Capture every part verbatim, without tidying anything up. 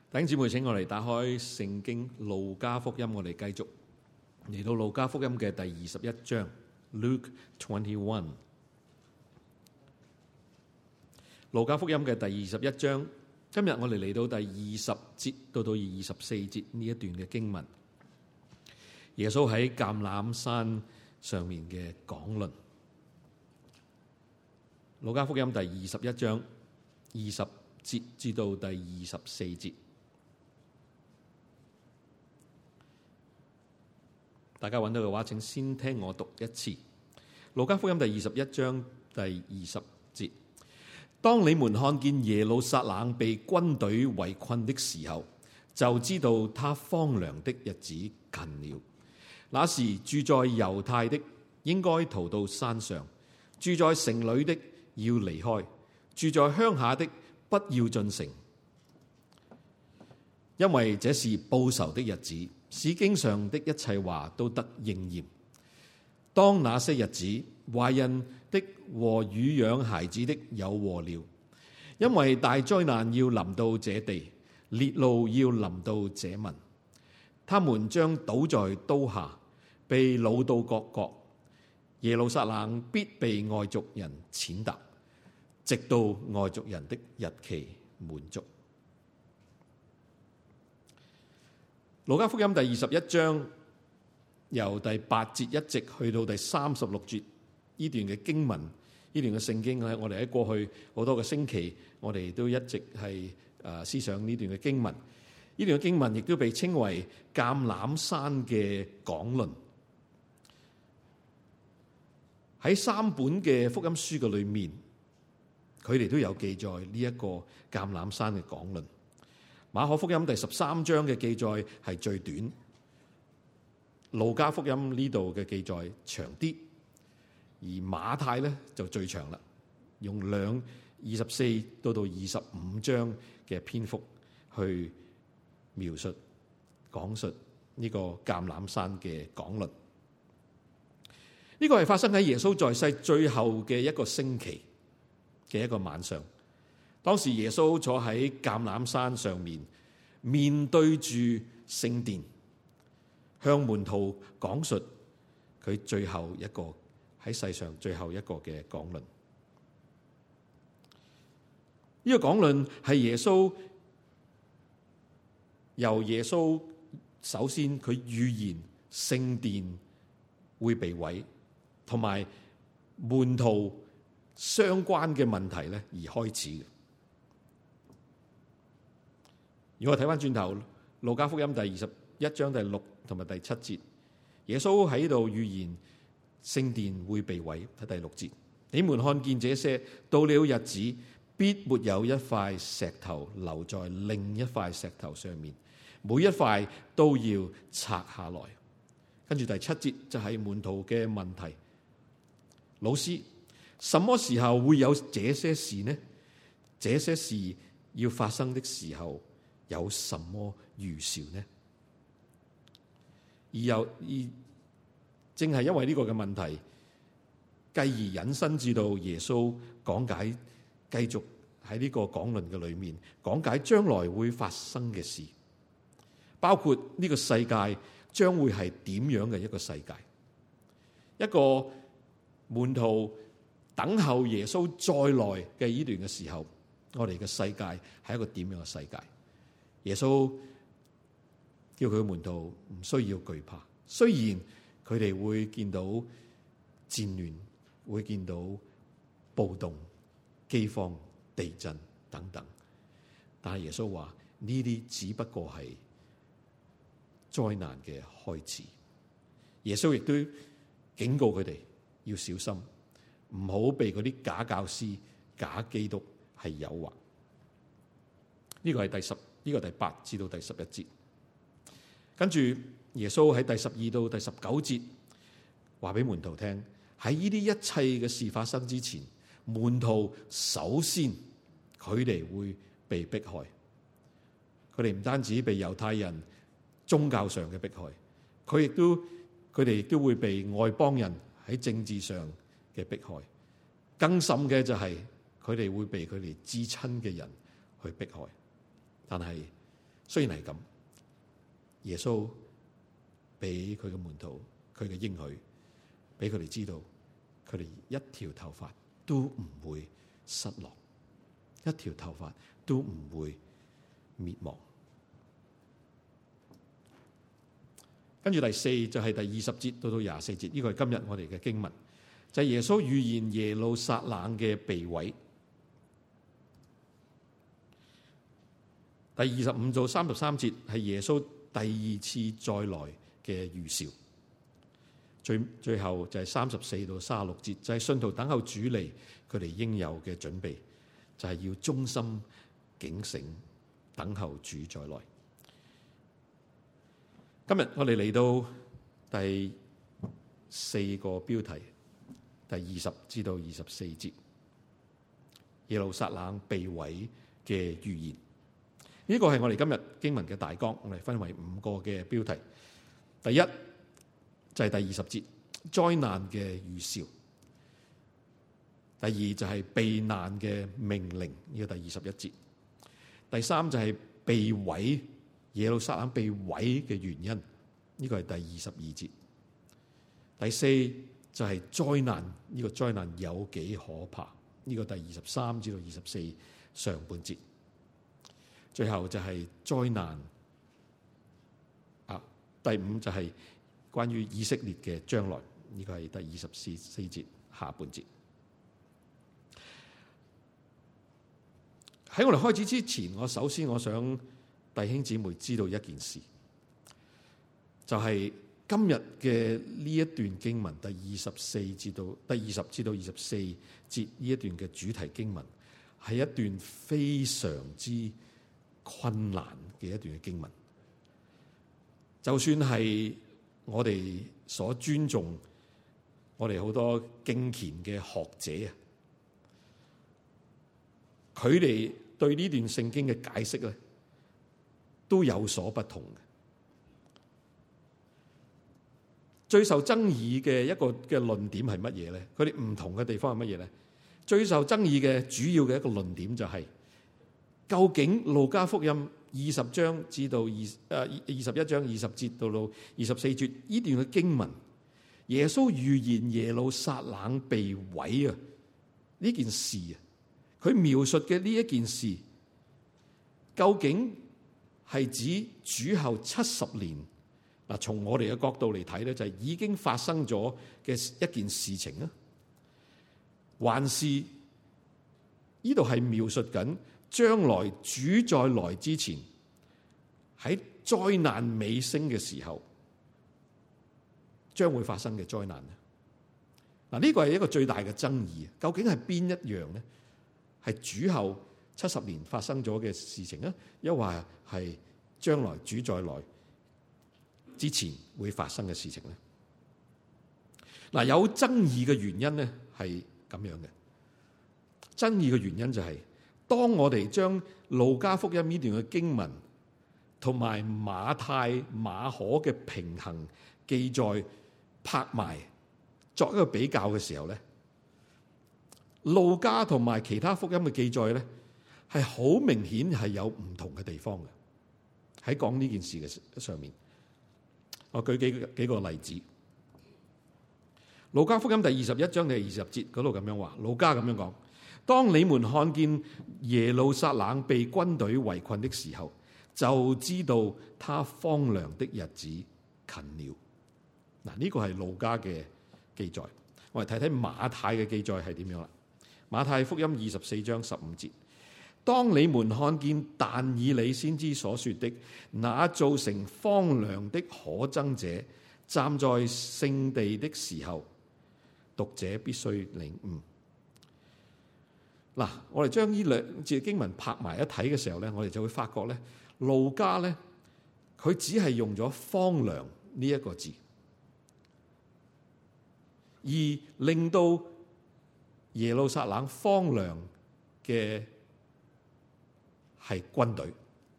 弟兄姊妹，請我哋打開聖經路加福音，我哋繼續嚟到路加福音嘅第二十一章 Luke twenty-one。路加福音嘅第二十一章，今日我哋嚟到第二十節到到二十四節呢一段嘅經文，耶穌喺橄欖山上面嘅講論。路加福音第二十一章二十節至到第二十四節。大家揾到嘅話，請先聽我讀一次《路加福音》第二十一章第二十節。當你們看見耶路撒冷被軍隊圍困的時候，就知道他荒涼的日子近了。那時住在猶太的應該逃到山上，住在城裏的要離開，住在鄉下的不要進城，因為這是報仇的日子。使經上的一切話都得應驗。當那些日子，懷孕的和乳養孩子的有禍了，因為大災難要臨到這地，烈怒要臨到這民。他們將倒在刀下，被擄到各國。耶路撒冷必被外族人踐踏，直到外族人的日期滿足。路加福音第二十一章由第八節一直去到第三十六節，呢段嘅經文，呢段嘅聖經咧，我哋喺過去好多個星期，我哋都一直係誒思想呢段嘅經文。呢段嘅經文亦都被稱為橄欖山嘅講論。喺三本嘅福音書嘅裏面，佢哋都有記載呢一個橄欖山嘅講論。馬可福音第十三章嘅記載係最短，路加福音呢度嘅記載長啲，而馬太咧就最長啦，用兩二十四到到二十五章嘅篇幅去描述講述呢個橄欖山嘅講論。呢個係發生喺耶穌在世最後嘅一個星期嘅一個晚上。當時耶穌坐喺橄欖山上面，面對住聖殿，向門徒講述佢最後一個喺世上最後一個嘅講論。呢個講論係耶穌由耶穌首先佢預言聖殿會被毀，同埋門徒相關嘅問題咧而開始嘅。如果我睇翻轉頭，路加福音第二十一章第六同埋第七節，耶穌喺度預言聖殿會被毀。睇第六節，你們看見這些，到了日子，必沒有一塊石頭留在另一塊石頭上面，每一塊都要拆下來。跟住第七節就係門徒嘅問題，老師，什麼時候會有這些事呢？這些事要發生的時候，有什麼預兆呢？而又而正係因為呢個嘅問題，繼而引申至到耶穌講解，繼續喺呢個講論嘅裏面講解將來會發生嘅事，包括呢個世界將會係點樣嘅一個世界，一個門徒等候耶穌再來嘅呢段嘅時候，我哋嘅世界係一個點樣嘅世界？耶穌叫佢嘅門徒唔需要懼怕，雖然佢哋會見到戰亂，會見到暴動、饑荒、地震等等，但係耶穌話呢啲只不過係災難嘅開始。耶穌亦都警告佢哋要小心，唔好被嗰啲假教師、假基督係誘惑。呢個係第十。呢個第八至到第十一節，跟住耶穌喺第十二到第十九節話俾門徒聽，喺呢啲一切嘅事發生之前，門徒首先佢哋會被迫害，佢哋唔單止被猶太人宗教上嘅迫害，佢亦都佢哋亦都會被外邦人喺政治上嘅迫害，更甚嘅就係佢哋會被佢哋至親嘅人去迫害。但係雖然係咁，耶穌俾佢嘅門徒佢嘅應許，俾佢哋知道，佢哋一條頭髮都唔會失落，一條頭髮都唔會滅亡。跟住第四就係第二十節到到廿四節，呢個係今日我哋嘅經文，就係耶穌預言耶路撒冷嘅被毀。第二十五到三十三節係耶穌第二次再來嘅預兆。最最後就係三十四到三十六節，就係信徒等候主嚟，佢哋應有嘅準備，就係要忠心警醒，等候主再來。今日我哋嚟到第四個標題，第二十至到二十四節，耶路撒冷被毀嘅預言。呢個係我哋今日經文嘅大綱，我哋分為五個嘅標題。第一就係第二十節，災難嘅預兆。第二就係避難嘅命令，呢個第二十一節。第三就係被毀，耶路撒冷被毀嘅原因，呢個係第二十二節。第四就係災難，呢個災難有幾可怕，呢個第二十三至到二十四上半節。最後就係災難啊，第五就係關於以色列嘅將來，呢個係第二十四四節下半節。喺我哋開始之前，我首先我想弟兄姊妹知道一件事，就係今日嘅呢一段經文，第二十四至到第二十至到二十四節呢一段嘅主題經文，係一段非常之困難嘅一段嘅經文。就算係我哋所尊重，我哋好多敬虔嘅學者啊，佢哋對呢段聖經嘅解釋咧，都有所不同嘅。最受爭議嘅一個嘅論點係乜嘢咧？佢哋唔同嘅地方係乜嘢咧？最受爭議嘅主要嘅一個論點就係、是，究竟路加福音二十章至到二誒二十一章二十節到到二十四節呢段嘅經文，耶穌預言耶路撒冷被毀啊呢件事啊，佢描述嘅呢一件事，究竟係指主後七十年？嗱，從我哋嘅角度嚟睇咧，就係已經發生咗嘅一件事情啊，還是呢度係描述緊將來主再來之前，喺災難尾聲嘅時候將會發生嘅災難呢？嗱，呢個係一個最大嘅爭議，究竟係邊一樣呢？係主後七十年發生咗嘅事情啊，抑或係將來主再來之前會發生嘅事情咧？嗱，有爭議嘅原因咧係咁樣嘅。爭議嘅原因就係、是，當我哋將路加福音呢段嘅經文同埋馬太、馬可嘅平衡記載拍埋作一個比較嘅時候咧，路加同埋其他福音嘅記載咧係好明顯係有唔同嘅地方嘅。喺講呢件事嘅上面，我舉幾個幾個例子。路加福音第二十一章第二十節嗰度咁樣話，路加咁樣講：當你們看見耶路撒冷被軍隊圍困的時候，就知道他荒涼的日子近了。嗱，呢個係路加嘅記載。我哋睇睇馬太嘅記載係點樣啦。馬太福音二十四章十五節：當你們看見但以理先知所說的那造成荒涼的可憎者站在聖地的時候，讀者必須領悟。嗱，我哋將呢兩節經文拍埋一睇嘅時候咧，我哋就會發覺咧，路加咧佢只係用咗荒涼呢一個字，而令到耶路撒冷荒涼嘅係軍隊。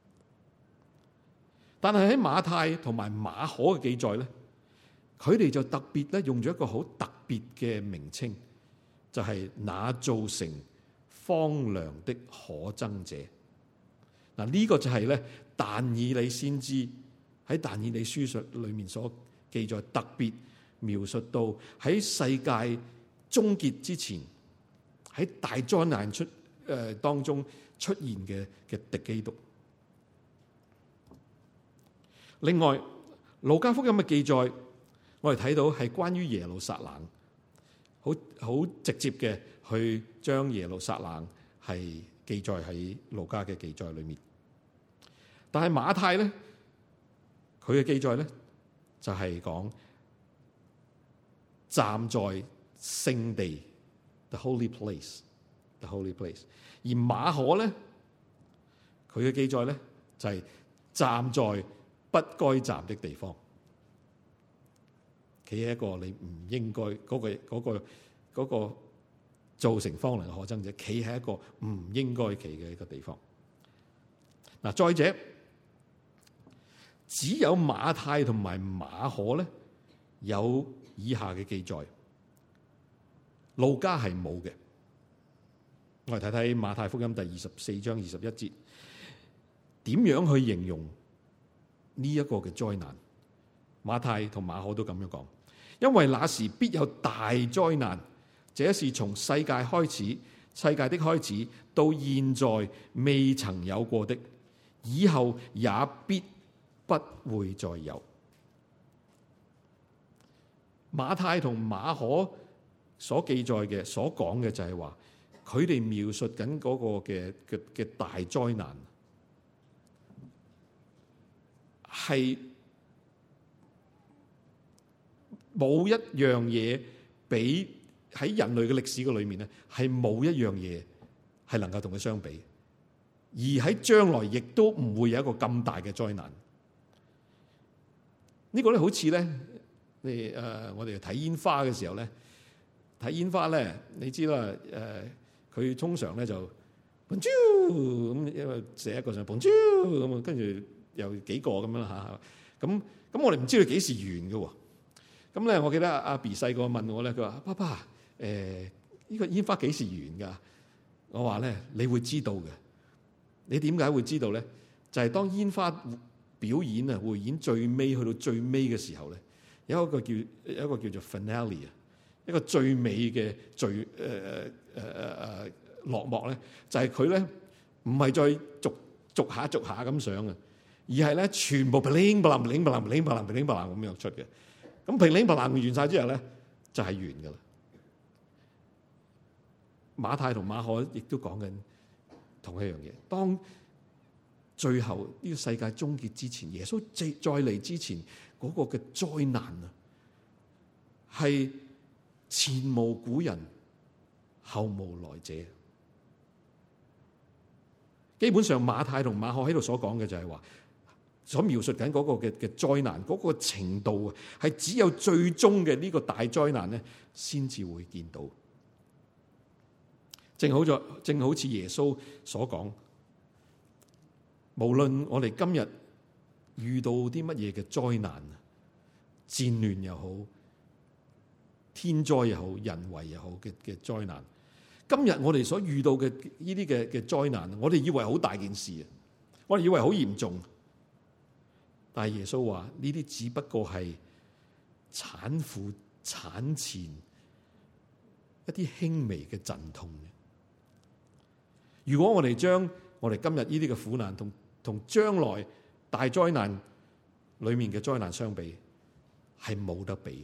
但係喺馬太同埋馬可嘅記載咧，佢哋就特別咧用咗一個好特別嘅名稱，就係、是、那造成荒涼的可憎者。 嗱，呢個就係咧但以理先知喺但以理書上裏面所記載，特別描述到喺世界終結之前，喺大災難出誒、呃、當中出現嘅嘅敵基督。另外，路加福音嘅記載，我哋睇到係關於耶路撒冷，好好直接嘅去將耶路撒冷係記載喺路加嘅記載裏面。但係馬太咧，佢嘅記載咧就係、是、講站在聖地 the holy place the holy place， 而馬可咧佢嘅記載咧就係、是、站在不該站的地方，企喺一個你唔應該嗰、那個嗰、那個嗰、那個造成荒涼嘅可憎者，企喺一個唔應該企嘅一個地方。嗱，再者，只有馬太同埋馬可咧有以下嘅記載，路加係冇嘅。我哋睇睇馬太福音第二十四章二十一節，點樣去形容呢一個嘅災難？馬太同馬可都咁樣講，因為那時必有大災難，這是從世界開始，世界的開始到現在未曾有過的，以後也必不會再有。馬太同馬可所記載嘅、所講嘅就係話，佢哋描述緊嗰個嘅嘅嘅大災難，係冇一樣嘢比喺人類嘅歷史嘅裏面咧，係冇一樣嘢係能夠同佢相比，而喺將來亦都唔會有一個咁大嘅災難。呢個咧好似咧，你誒我哋睇煙花嘅時候咧，睇煙花咧，你知啦，誒佢通常咧就嘣啾咁，因為射一個上嘣啾咁啊，跟住有幾個咁樣啦嚇，咁咁我哋唔知佢幾時完嘅喎。咁咧，我記得阿阿 B 細個問我咧，佢話：爸爸，誒、呃、呢、這個煙花幾時完㗎？我話咧，你會知道嘅。你點解會知道咧？就係、是、當煙花表演啊，匯演最尾去到最尾嘅時候咧，有一個叫有一個叫做 finale 啊，一個最尾嘅最誒誒誒誒落幕咧，就係佢咧唔係再逐逐下逐下咁上啊，而係咧全部 bling bling bling bling bling bling bling bling 咁樣出嘅。咁平領白爛完晒之後咧，就係完噶啦。馬太同馬可亦都講緊同一樣嘢。當最後呢個世界終結之前，耶穌再再嚟之前嗰個嘅災難啊，係前無古人後無來者。基本上馬太同馬可喺度所講嘅就係話，所描述緊嗰個嘅嘅災難嗰個程度啊，係只有最終嘅呢個大災難咧，先至會見到。正好在正好似耶穌所講，無論我哋今日遇到啲乜嘢嘅災難，戰亂又好，天災又好，人為又好嘅嘅災難，今日我哋所遇到嘅呢啲嘅嘅災難，我哋以為好大件事啊，我哋以為好嚴重。但係耶穌話呢啲只不過係產婦產前一啲輕微嘅陣痛。如果我哋將我哋今日呢啲嘅苦難同同將來大災難裏面嘅災難相比，係冇得比。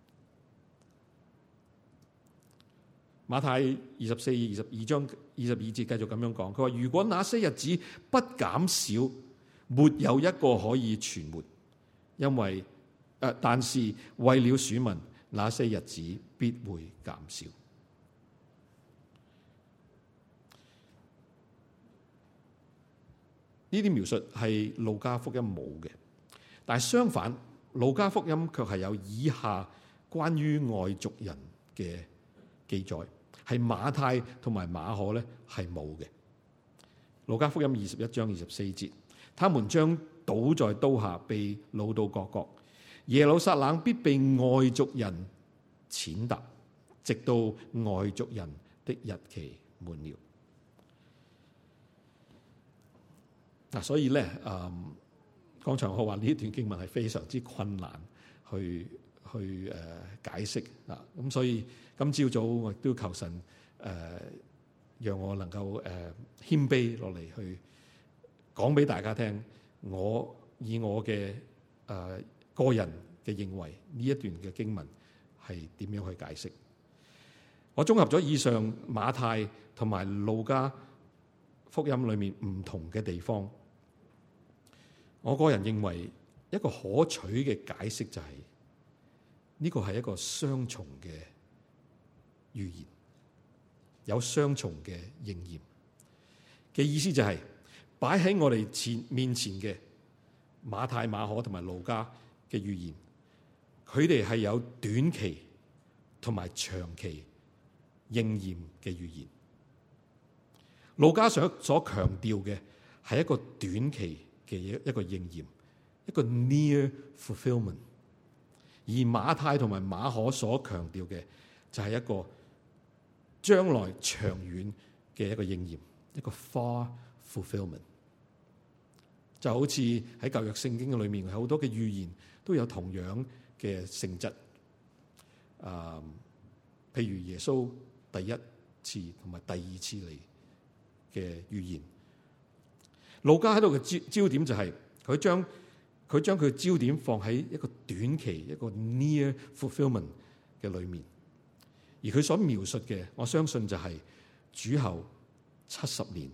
馬太二十四、二十二章二十二節繼續咁樣講，佢話：如果那些日子不減少，沒有一個可以存活，因為誒、呃，但是為了選民，那些日子必會減少。呢啲描述係路加福音冇嘅，但係相反，路加福音卻係有以下關於外族人嘅記載，係馬太同埋馬可咧係冇嘅。路加福音二十一章二十四節。他們將倒在刀下，被擄到各國。耶路撒冷必被外族人踐踏，直到外族人的日期滿了。 嗱，所以咧，嗯，剛才我話呢一段經文係非常之困難去去誒、呃、解釋啊。咁所以今朝早我亦都求神誒、呃，讓我能夠誒、呃、謙卑落嚟去講俾大家聽。我以我嘅誒、呃、個人嘅認為，呢一段嘅經文係點樣去解釋？我綜合咗以上馬太同埋路加福音裏面唔同嘅地方，我個人認為一個可取嘅解釋就係、是、呢、這個係一個雙重嘅預言，有雙重嘅應驗嘅意思就係、是、擺喺我哋前面前嘅馬太、馬可同埋路加嘅預言，佢哋係有短期同埋長期應驗嘅預言。路加所所強調嘅係一個短期嘅一個應驗，一個 near fulfillment， 而馬太同埋馬可所強調嘅就係一個將來長遠嘅一個應驗，一個 far fulfillment。就好似喺舊約聖經嘅裏面，有好多嘅預言都有同樣嘅性質。啊，譬如耶穌第一次同埋第二次嚟嘅預言，路加喺度嘅焦焦點就係佢將佢將佢嘅焦點放喺一個短期一個 near fulfillment 嘅裏面，而佢所描述嘅，我相信就係主後七十年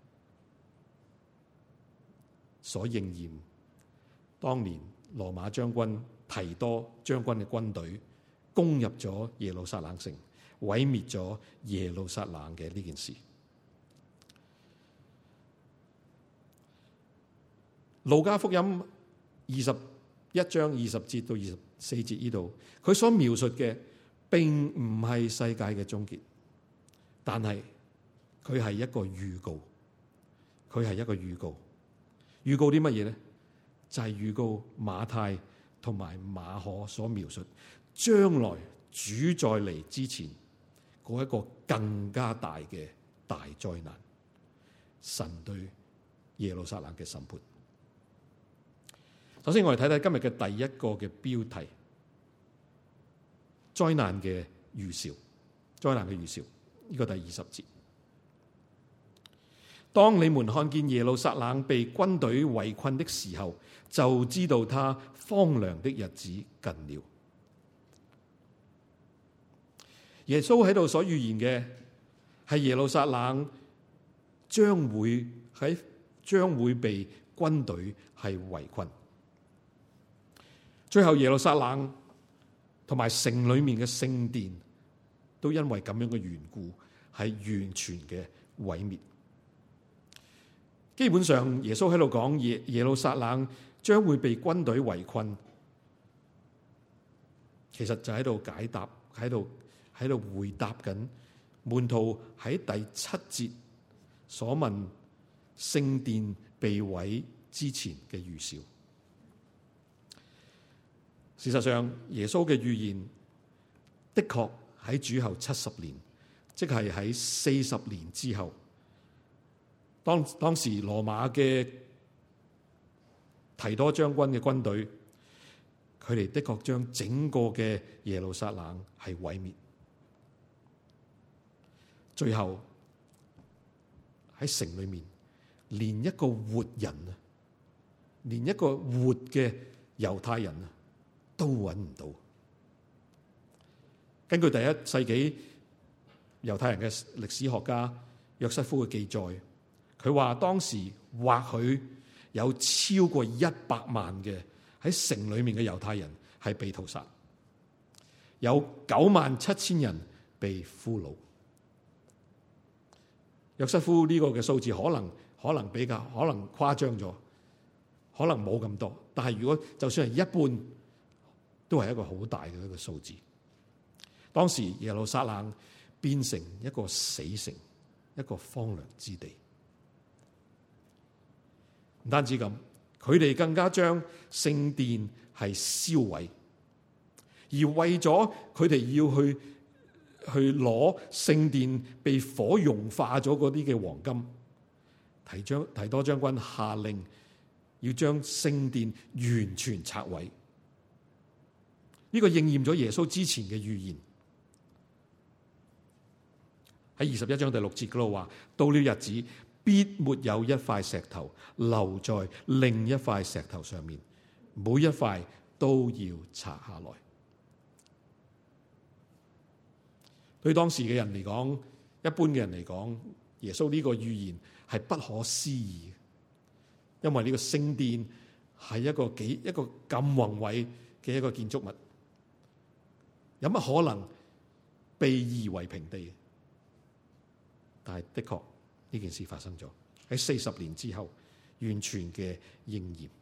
所應驗。當年羅馬將軍提多將軍嘅軍隊攻入咗耶路撒冷城，毀滅咗耶路撒冷嘅呢件事。路加福音二十一章二十節到二十四節呢度，佢所描述嘅並唔係世界嘅終結，但係佢係一個預告，佢係一個預告。預告啲乜嘢咧？就係預告馬太同埋馬可所描述將來主再嚟之前嗰一個更加大嘅大災難，神對耶路撒冷嘅審判。首先我哋睇睇今日嘅第一個嘅標題：災難嘅預兆。災難嘅預兆，呢個第二十節。當你們看見耶路撒冷被軍隊圍困的時候，就知道他荒涼的日子近了。耶穌喺度所預言嘅係耶路撒冷將會喺將會被軍隊係圍困，最後耶路撒冷同埋城裏面嘅聖殿都因為咁樣嘅緣故係完全嘅毀滅。基本上耶穌喺度講耶耶路撒冷將會被軍隊圍困，其實就喺度解答，喺度喺度回答緊門徒喺第七節所問聖殿被毀之前嘅預兆。事實上，耶穌嘅預言的確喺主後七十年，即係喺四十年之後。當當時羅馬嘅提多將軍嘅軍隊，佢哋的確將整個嘅耶路撒冷係毀滅，最後喺城裏面連一個活人啊，連一個活嘅猶太人啊都揾唔到。根據第一世紀猶太人嘅歷史學家約瑟夫嘅記載，佢話當時或許有超過一百萬嘅喺城裏面嘅猶太人係被屠殺，有九萬七千人被俘虜。約瑟夫呢個嘅數字可能可能比較可能誇張咗，可能冇咁多，但係如果就算係一半，都係一個好大嘅一個數字。當時耶路撒冷變成一個死城，一個荒涼之地。唔單止咁，佢哋更加將聖殿係燒毀，而為咗佢哋要去去攞聖殿被火融化咗嗰啲嘅黃金， 提將提多將軍下令要將聖殿完全拆毀。呢個應驗咗耶穌之前嘅預言。喺二十一章第六節嗰度話，到了日子，必沒有一塊石頭留在另一塊石頭上面，每一塊都要拆下來。對當時嘅人嚟講，一般嘅人嚟講，耶穌呢個預言係不可思議嘅，因為呢個聖殿係一個幾一個咁宏偉嘅一個建築物，有乜可能被夷為平地？但係的確呢件事發生咗，喺四十年之後完全嘅應驗。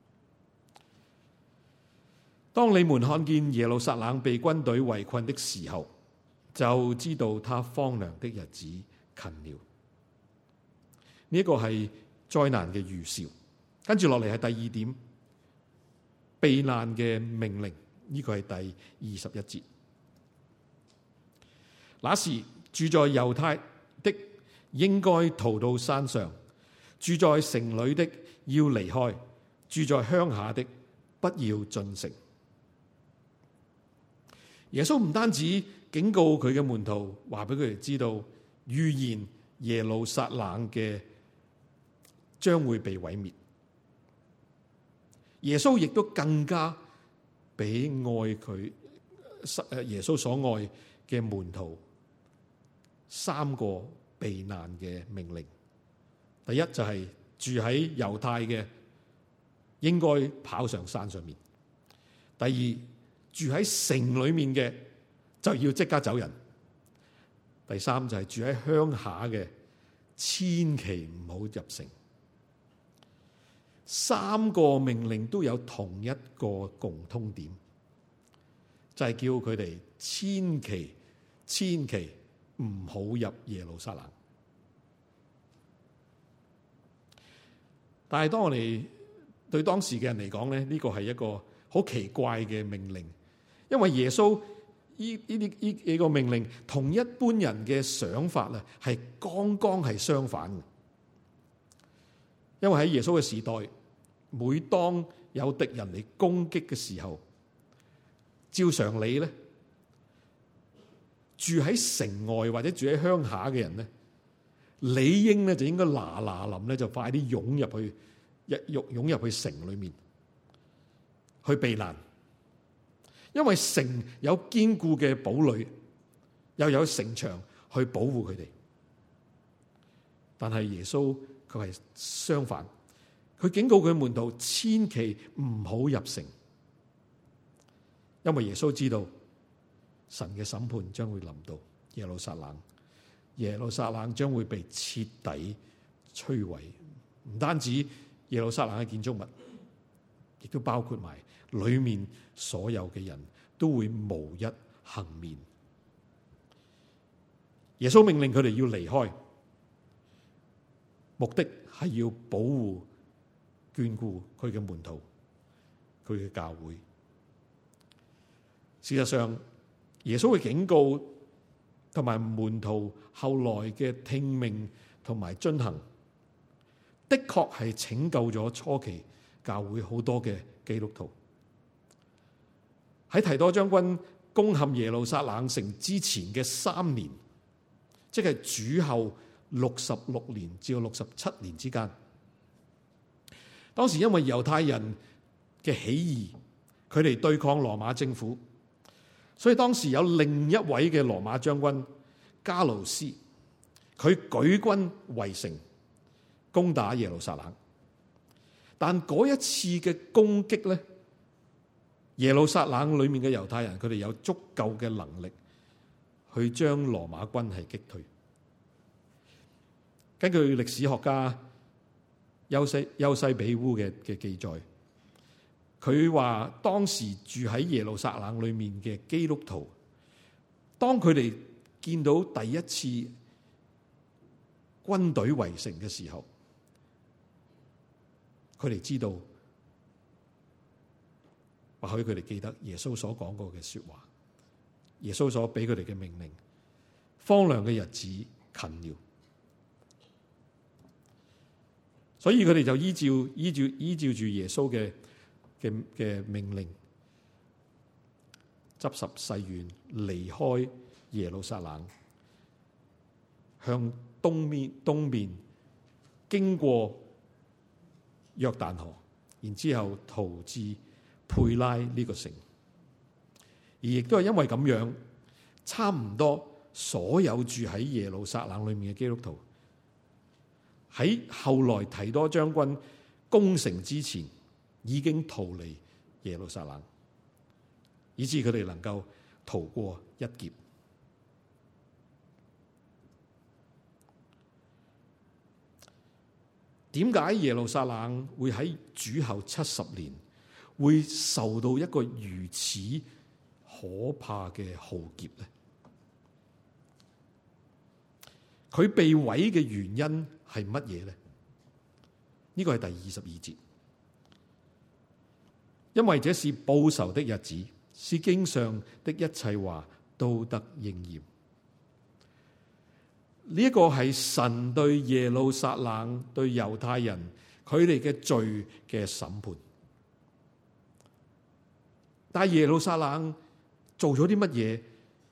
當你們看見耶路撒冷被軍隊圍困的時候，就知道他荒涼的日子近了。呢一個係災難嘅預兆。跟住落嚟係第二點，避難嘅命令。呢個係第二十一節。那時住在猶太的應該逃到山上，住在城裏的要離開，住在鄉下的不要進城。耶穌唔單止警告佢嘅門徒，話俾佢哋知道預言耶路撒冷嘅將會被毀滅。耶穌亦都更加俾愛佢耶穌所愛嘅門徒三個避難嘅命令。第一就係住喺猶太嘅應該跑上山上面。第二，住喺城裏面嘅就要即刻走人。第三就係住喺鄉下嘅，千祈唔好入城。三個命令都有同一個共通點，就係叫佢哋千祈千祈唔好入耶路撒冷。但係當我哋對當時嘅人嚟講咧，呢個係一個好奇怪嘅命令，因為耶穌呢呢啲呢幾個命令同一般人嘅想法啊，係剛剛係相反嘅。因為喺耶穌嘅時代，每當有敵人嚟攻擊嘅時候，照常理咧，住喺城外或者住喺鄉下嘅人咧，理應咧就應該嗱嗱臨咧就快啲湧入去，一湧湧入去城裏面去避難，因為城有堅固嘅堡壘，又有城牆去保護佢哋。但係耶穌佢係相反。佢警告佢門徒千祈唔好入城，因為耶穌知道神嘅審判將會臨到耶路撒冷，耶路撒冷將會被徹底摧毀。唔單止耶路撒冷嘅建築物，亦都包括埋裏面所有嘅人都會無一幸免。耶穌命令佢哋要離開，目的係要保護眷顧佢嘅門徒，佢嘅教會。事實上，耶穌嘅警告同埋門徒後來嘅聽命同埋遵行，的確係拯救咗初期教會好多嘅基督徒。喺提多將軍攻陷耶路撒冷城之前嘅三年，即係主後六十六年至到六十七年之間，當時因為猶太人嘅起義，佢哋對抗羅馬政府，所以當時有另一位嘅羅馬將軍加勞斯，佢舉軍圍城攻打耶路撒冷。但嗰一次嘅攻擊咧，耶路撒冷裏面嘅猶太人，佢哋有足夠嘅能力去將羅馬軍係擊退。根據歷史學家優西優西比烏嘅嘅記載，佢話當時住喺耶路撒冷裏面嘅基督徒，當佢哋見到第一次軍隊圍城嘅時候，佢哋知道，或許佢哋記得耶穌所講過嘅說話，耶穌所俾佢哋嘅命令，荒涼嘅日子近了。 所以佢哋就依照依照依照住耶穌嘅嘅嘅命令，執拾細軟離開耶路撒冷，向東面東面經過約旦河，然之後逃至佩拉呢個城。而亦都係因為咁樣，差唔多所有住喺耶路撒冷裏面嘅基督徒，喺後來提多將軍攻城之前，已經逃離耶路撒冷，以致佢哋能夠逃過一劫。點解耶路撒冷會喺主後七十年會受到一個如此可怕嘅浩劫呢？佢被毀嘅原因係乜嘢呢？呢個係第二十二節，因為這是報仇的日子，是經上的一切話都得應驗。呢一個係神對耶路撒冷、對猶太人佢哋嘅罪嘅審判。但係耶路撒冷做咗啲乜嘢，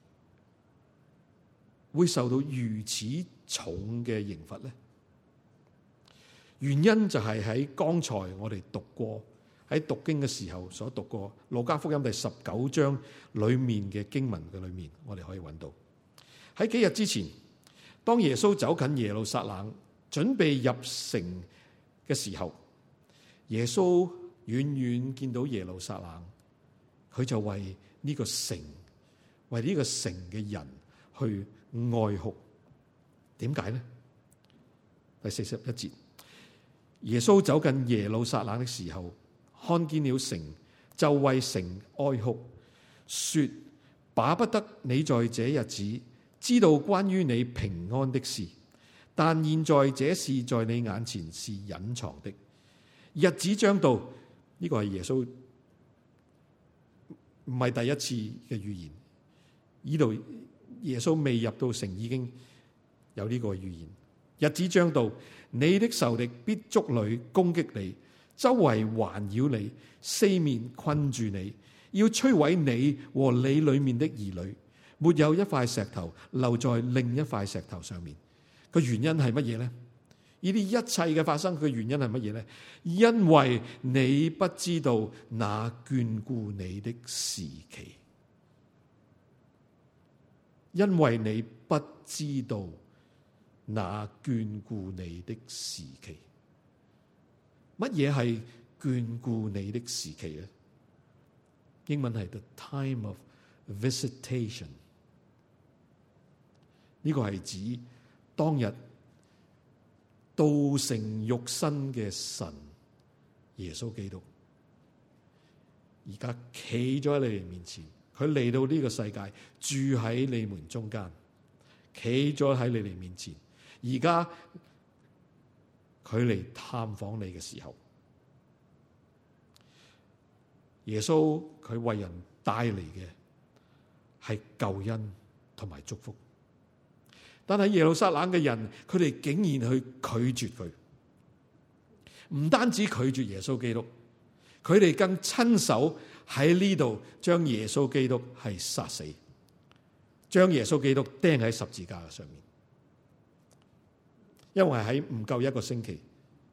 會受到如此重嘅刑罰呢？原因就係喺剛才我哋讀過喺讀經嘅時候所讀過路加福音第十九章裏面嘅經文嘅裏面，我哋可以揾到喺幾日之前，當耶穌走近耶路撒冷，準備入城嘅時候，耶穌遠遠見到耶路撒冷，佢就為呢個城，為呢個城嘅人去哀哭。點解呢？第四十一節，耶穌走近耶路撒冷的時候，看見了城，就為城哀哭，說：巴不得你在這日子知道關於你平安的事，但現在這事在你眼前是隱藏的。日子將到，呢個係耶穌唔係第一次嘅預言。呢度耶穌未入到城已經有呢個預言。日子將到，你的仇敵必築壘攻擊你，周圍環繞你，四面困住你，要摧毀你和你裏面的兒女。沒有一塊石頭留在另一塊石頭上面。個原因係乜嘢呢？呢啲一切嘅發生嘅原因係乜嘢呢？因為你不知道那眷顧你的時期，因為你不知道那眷顧你的時期。乜嘢係眷顧你的時期呢？英文係 the time of visitation。呢個係指當日道成肉身嘅神耶穌基督，而家企咗喺你哋面前，佢嚟到呢個世界，住喺你們中間，企咗喺你哋面前。而家佢嚟探訪你嘅時候，耶穌佢為人帶嚟嘅係救恩同埋祝福。但係耶路撒冷嘅人，佢哋竟然去拒絕佢，唔單止拒絕耶穌基督，佢哋更親手喺呢度將耶穌基督係殺死，將耶穌基督釘喺十字架嘅上面。因為喺唔夠一個星期，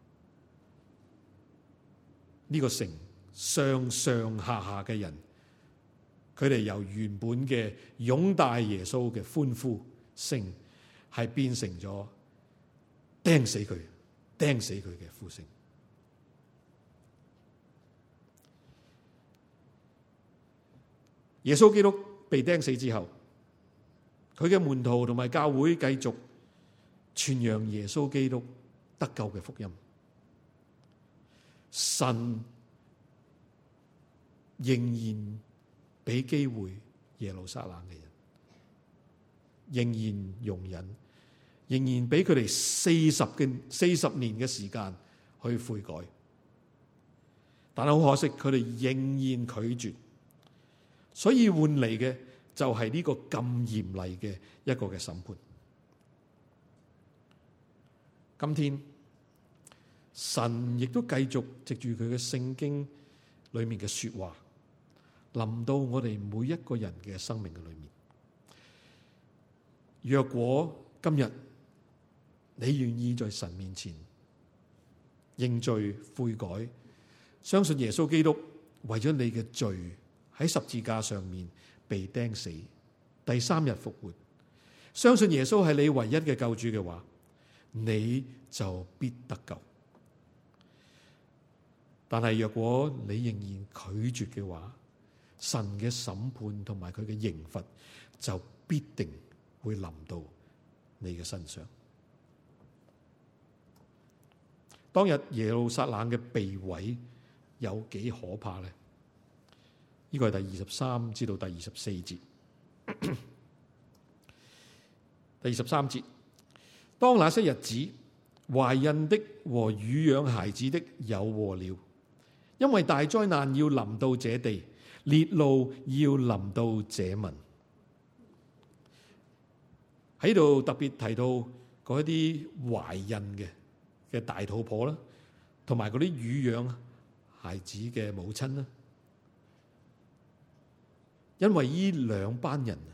呢個城上上下下嘅人，佢哋由原本嘅擁戴耶穌嘅歡呼聲，係變成咗釘死佢、釘死佢嘅呼聲。耶穌基督被釘死之後，佢嘅門徒同埋教會繼續傳揚耶穌基督得救嘅福音。神仍然俾機會耶路撒冷嘅人，仍然容忍，仍然俾佢哋四十嘅四十年嘅時間去悔改。但係好可惜，佢哋仍然拒絕，所以換嚟嘅就係呢個咁嚴厲嘅一個嘅審判。今天神亦都繼續藉住佢嘅聖經裏面嘅說話，臨到我哋每一個人嘅生命嘅裏面。若果今日你願意在神面前認罪悔改，相信耶穌基督為咗你嘅罪喺十字架上面被釘死，第三日復活，相信耶穌係你唯一嘅救主嘅話，你就必得救。但係若果你仍然拒絕嘅話，神嘅審判同埋佢嘅刑罰就必定會臨到你嘅身上。當日耶路撒冷嘅被毀有幾可怕呢？呢個係第二十三至到第二十四節。第二十三節，當那些日子，懷孕的和乳養孩子的有禍了，因為大災難要臨到這地，烈怒要臨到這民。喺度特別提到嗰啲懷孕嘅嘅大肚婆啦，同埋嗰啲乳養孩子嘅母親啦，因為呢兩班人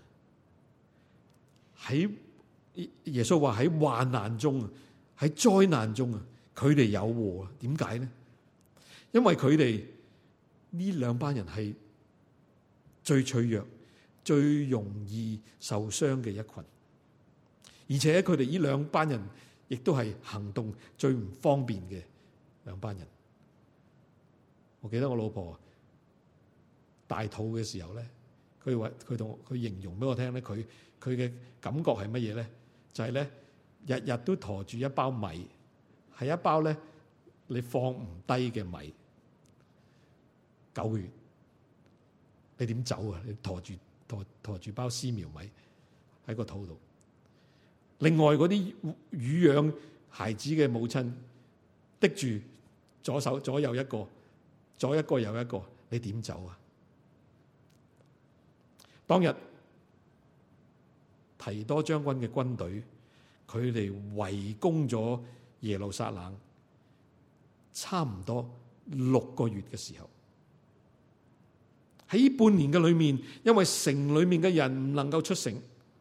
喺耶穌話喺患難中啊，喺災難中啊，佢哋有禍啊。點解呢？因為佢哋呢兩班人係最脆弱、最容易受傷嘅一群，而且佢哋呢兩班人亦都係行動最唔方便嘅兩班人。我記得我老婆大肚嘅時候咧，佢話佢同佢形容俾我聽咧，佢佢嘅感覺係乜嘢咧？就係咧，日日都馱住一包米，係一包咧你放唔低嘅米。九個月，你點走啊？你馱住馱馱住包絲苗米喺個肚度。另外嗰啲乳養孩子嘅母親，滴住左手左右一個，左一個右一個，你點走啊？當日提多將軍嘅軍隊，佢哋圍攻咗耶路撒冷，差唔多六個月嘅時候，喺呢半年嘅裏面，因為城裏面嘅人唔能夠出城，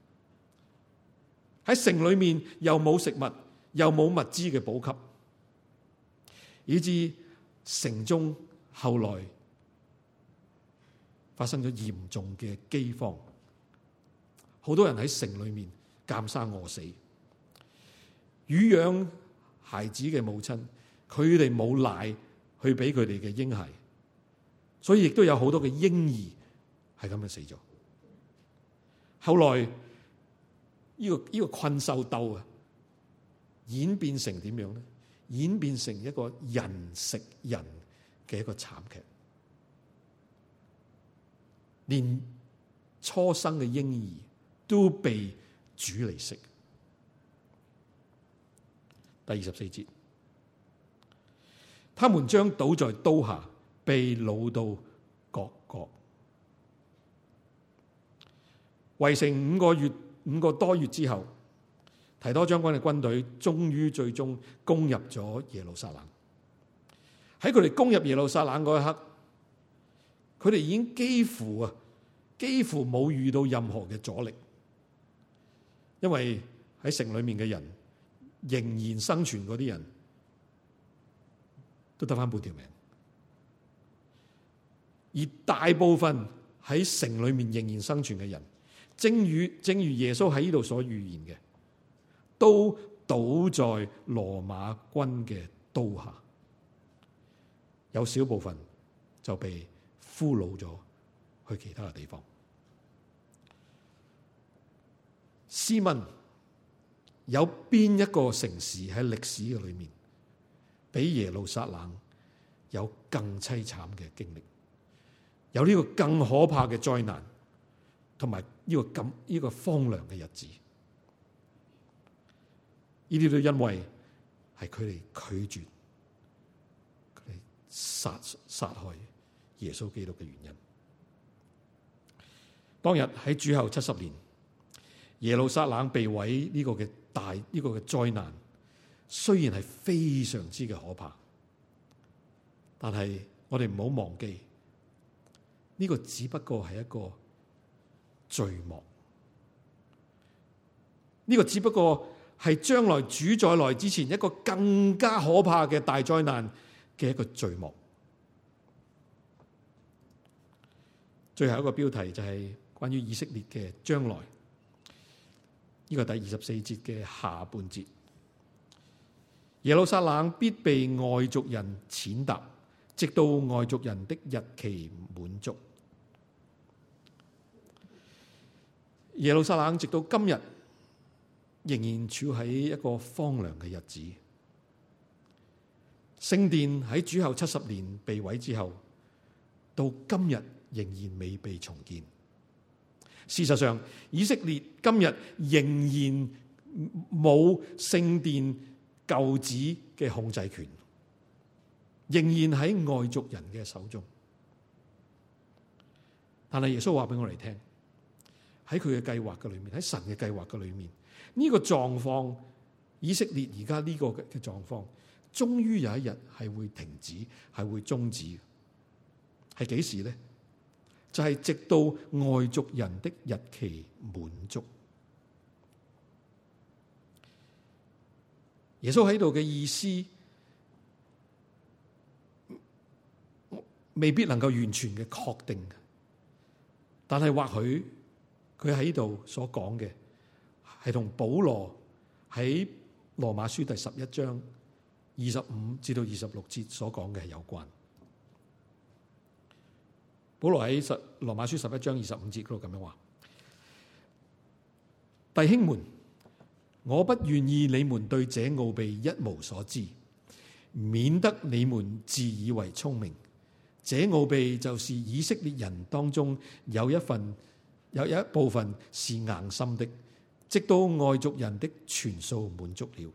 喺城裏面又冇食物，又冇物資嘅補給，以致城中後來發生咗嚴重嘅饑荒，好多人喺城裏面監生餓死。乳養孩子嘅母親，佢哋冇奶去俾佢哋嘅嬰孩，所以亦都有好多嘅嬰兒係咁樣死咗。後來呢、這個呢、這個困獸鬥啊，演變成點樣咧？演變成一個人食人嘅一個慘劇，連初生嘅嬰兒都被煮嚟食。第二十四節，他們將倒在刀下，被擄到各國。圍城五個月，五個多月之後，提多將軍嘅軍隊終於最終攻入咗耶路撒冷。喺佢哋攻入耶路撒冷嗰一刻，佢哋已經幾乎啊，幾乎冇遇到任何嘅阻力，因為喺城裏面嘅人仍然生存嗰啲人都得返半條命，而大部分喺城裏面仍然生存嘅人，正如正如耶穌喺呢度所預言嘅，都倒在羅馬軍嘅刀下，有少部分就被俘虜咗去其他嘅地方。試問有邊一個城市喺歷史嘅裏面，比耶路撒冷有更淒慘嘅經歷，有呢個更可怕嘅災難，同埋呢個咁呢個荒涼嘅日子？呢啲都因為係佢哋拒絕，佢哋殺殺害耶穌基督嘅原因。當日喺主後七十年，耶路撒冷被毀呢個嘅大呢個嘅災難， 雖然係非常之嘅可怕，但係我哋唔好忘記，呢個只不過係一個序幕，呢個只不過係將來主再來之前一個更加可怕嘅大災難嘅一個序幕。最後一個標題就係關於以色列嘅將來，呢個第二十四節嘅下半節。耶路撒冷必被外族人踐踏，直到外族人的日期滿足。耶路撒冷直到今日仍然處喺一個荒涼嘅日子。聖殿喺主後七十年被毀之後，到今日仍然未被重建。事實上，以色列今日仍然冇聖殿舊址嘅控制權，仍然喺外族人嘅手中。但係耶穌話俾我哋聽，喺佢嘅計劃嘅裏面，喺神嘅計劃嘅裏面，呢個狀況，以色列而家呢個嘅狀況，終於有一日係會停止，係會終止。係幾時呢？就係直到外族人的日期滿足。耶穌喺度嘅意思，未必能夠完全嘅確定，但係或許佢喺度所講嘅係同保羅喺羅馬書第十一章二十五至到二十六節所講嘅係有關。保羅喺十羅馬書十一章二十五節嗰度咁樣話：弟兄們，我不願意你們對這奧秘一無所知，免得你們自以為聰明。這奧秘就是以色列人當中有一份有一部分是硬心的，直到外族人的全數滿足了。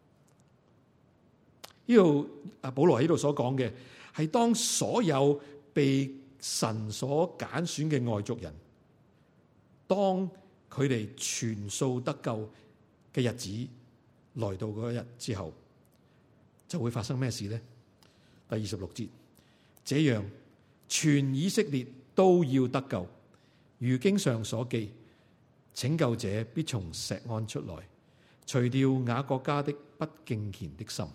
呢度阿保羅喺度所講嘅係當所有被神所揀選嘅外族人，當佢哋全數得救嘅日子來到嗰一日之後，就會發生咩事呢？第二十六節，這樣全以色列都要得救，如經上所記，拯救者必從錫安出來，除掉雅各家的不敬虔的心。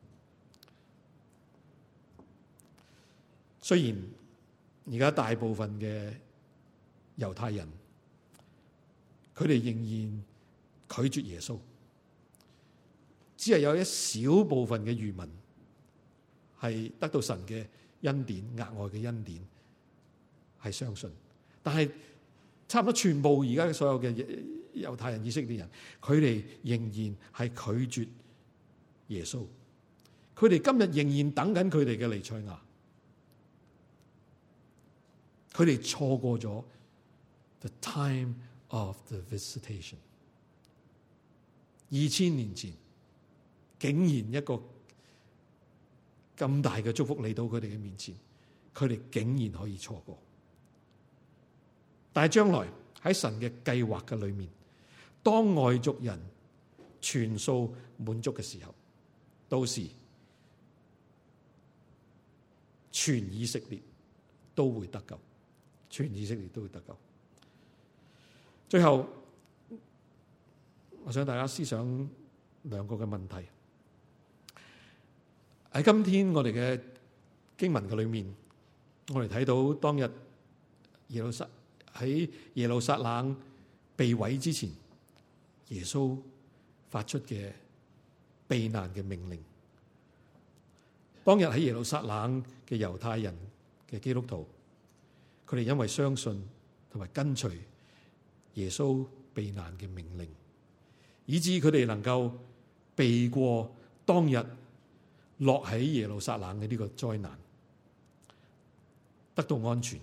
雖然而家大部分嘅猶太人，佢哋仍然拒絕耶穌，只係有一小部分嘅餘民係得到神嘅恩典，額外嘅恩典係相信。但係差唔多全部而家所有嘅猶太人、以色列人，佢哋仍然係拒絕耶穌。佢哋今日仍然等緊佢哋嘅彌賽亞。佢哋錯過咗 the time of the visitation。二千年前，竟然一個咁大嘅祝福嚟到佢哋嘅面前，佢哋竟然可以錯過。但係將來喺神嘅計劃嘅裏面，當外族人全數滿足嘅時候，到時全以色列都會得救。全以色列都會得救。最後，我想大家思想兩個嘅問題。喺今天我哋嘅經文嘅裏面，我哋睇到當日耶路撒喺耶路撒冷被毀之前，耶穌發出嘅避難嘅命令。當日喺耶路撒冷嘅猶太人嘅基督徒，佢哋因為相信同埋跟隨耶穌避難嘅命令，以致佢哋能夠避過當日落喺耶路撒冷嘅呢個災難，得到安全。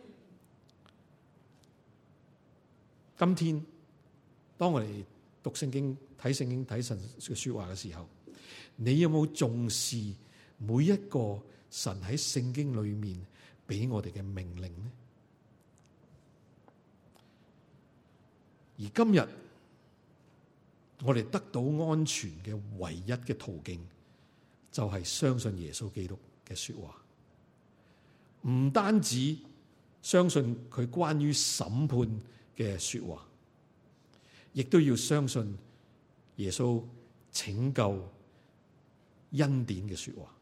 今天當我哋讀聖經、睇聖經、睇神嘅說話嘅時候，你有冇重視每一個神喺聖經裏面俾我哋嘅命令呢？而今日我哋得到安全嘅唯一嘅途徑，就係相信耶穌基督嘅說話。唔單止相信佢關於審判嘅說話，亦都要相信耶穌拯救恩典嘅說話。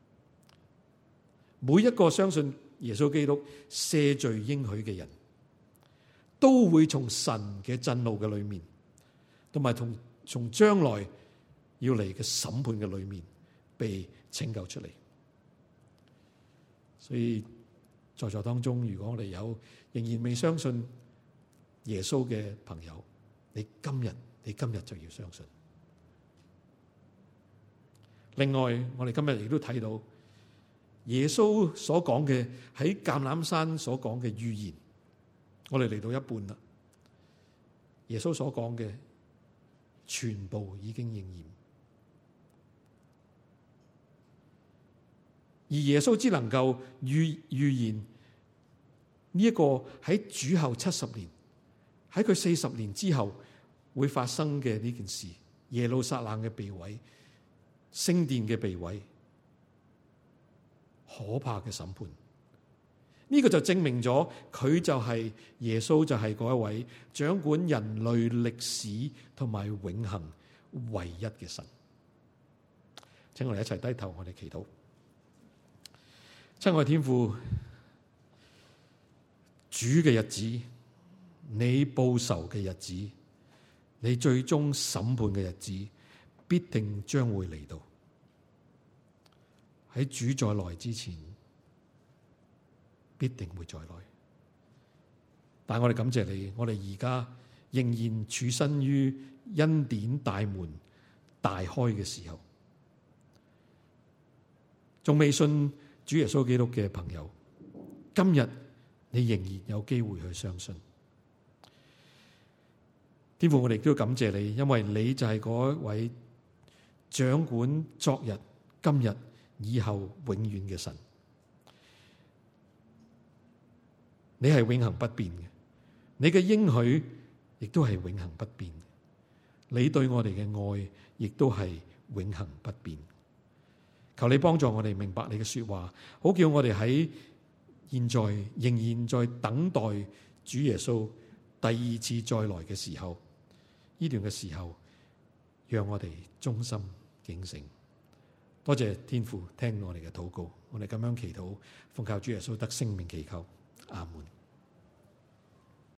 每一個相信耶穌基督赦罪應許嘅人，都會從神嘅震怒嘅裏面，同埋同從將來要嚟嘅審判嘅裏面被拯救出嚟。所以在座當中，如果我哋有仍然未相信耶穌嘅朋友，你今日你今日就要相信。另外，我哋今日亦都睇到耶穌所講嘅喺橄欖山所講嘅預言，我哋嚟到一半啦。耶穌所講嘅全部已經應驗，而耶穌只能夠預預言呢一個喺主後七十年，喺佢四十年之後會發生嘅呢件事，耶路撒冷嘅被毀，聖殿嘅被毀，可怕嘅審判。呢、這個就證明咗佢就係耶穌，就係嗰一位掌管人類歷史同埋永恆唯一嘅神。請我哋一齊低頭，我哋祈禱。親愛天父，主嘅日子，你報仇嘅日子，你最終審判嘅日子，必定將會嚟到。喺主再來之前，必定會再來。但我哋感謝你，我哋而家仍然處身於恩典大門大開嘅時候，仲未信主耶穌基督嘅朋友，今日你仍然有機會去相信。天父，我哋亦都感謝你，因為你就係嗰位掌管昨日、今日、以後永遠嘅神。你係永恆不變嘅，你嘅應許亦都係永恆不變。你對我哋嘅愛亦都係永恆不變。求你幫助我哋明白你嘅說話，好叫我哋喺現在仍然在等待主耶穌第二次再來嘅時候，呢段嘅時候，讓我哋忠心警醒。多謝天父聽我哋嘅禱告，我哋咁樣祈禱，奉靠主耶穌得聖名祈求，阿門。